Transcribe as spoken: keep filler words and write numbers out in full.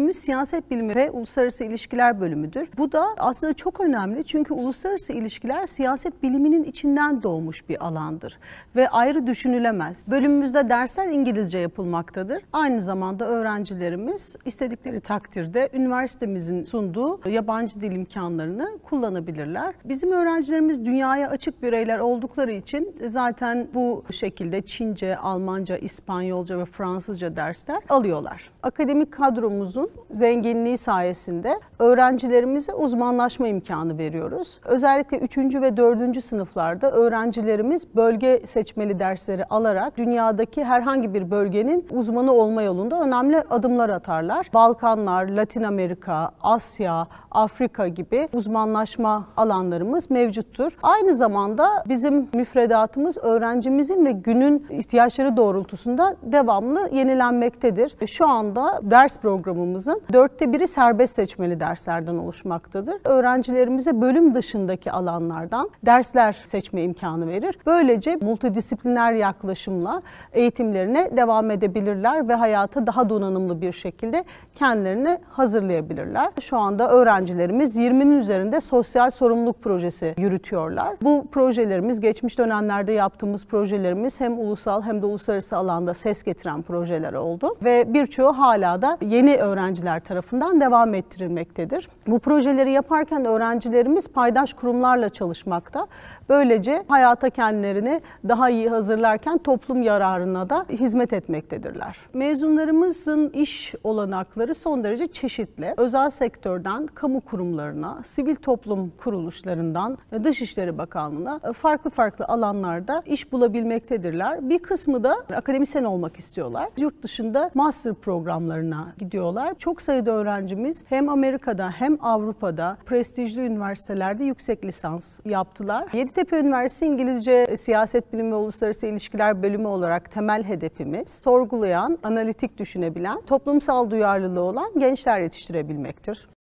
bölümümüz siyaset bilimi ve uluslararası ilişkiler bölümüdür. Bu da aslında çok önemli çünkü uluslararası ilişkiler siyaset biliminin içinden doğmuş bir alandır ve ayrı düşünülemez. Bölümümüzde dersler İngilizce yapılmaktadır. Aynı zamanda öğrencilerimiz istedikleri takdirde üniversitemizin sunduğu yabancı dil imkanlarını kullanabilirler. Bizim öğrencilerimiz dünyaya açık bireyler oldukları için zaten bu şekilde Çince, Almanca, İspanyolca ve Fransızca dersler alıyorlar. Akademik kadromuzun zenginliği sayesinde öğrencilerimize uzmanlaşma imkanı veriyoruz. Özellikle üçüncü ve dördüncü sınıflarda öğrencilerimiz bölge seçmeli dersleri alarak dünyadaki herhangi bir bölgenin uzmanı olma yolunda önemli adımlar atarlar. Balkanlar, Latin Amerika, Asya, Afrika gibi uzmanlaşma alanlarımız mevcuttur. Aynı zamanda bizim müfredatımız öğrencimizin ve günün ihtiyaçları doğrultusunda devamlı yenilenmektedir. Şu anda ders programımızın dörtte biri serbest seçmeli derslerden oluşmaktadır. Öğrencilerimize bölüm dışındaki alanlardan dersler seçme imkanı verir. Böylece multidisipliner yaklaşımla eğitimlerine devam edebilirler ve hayata daha donanımlı bir şekilde kendilerini hazırlayabilirler. Şu anda öğrencilerimiz yirminin üzerinde sosyal sorumluluk projesi yürütüyorlar. Bu projelerimiz, geçmiş dönemlerde yaptığımız projelerimiz hem ulusal hem de uluslararası alanda ses getiren projeler oldu ve birçoğu hala da yeni öğrenciler tarafından devam ettirilmektedir. Bu projeleri yaparken öğrencilerimiz paydaş kurumlarla çalışmakta. Böylece hayata kendilerini daha iyi hazırlarken toplum yararına da hizmet etmektedirler. Mezunlarımızın iş olanakları son derece çeşitli. Özel sektörden kamu kurumlarına, sivil toplum kuruluşlarından Dışişleri Bakanlığı'na farklı farklı alanlarda iş bulabilmektedirler. Bir kısmı da akademisyen olmak istiyorlar. Yurt dışında master programlarına gidiyorlar. Çok sayıda öğrencimiz hem Amerika'da hem Avrupa'da prestijli üniversitelerde yüksek lisans yaptılar. Yeditepe Üniversitesi İngilizce Siyaset Bilimi ve Uluslararası İlişkiler bölümü olarak temel hedefimiz sorgulayan, analitik düşünebilen, toplumsal duyarlılığı olan gençler yetiştirebilmektir.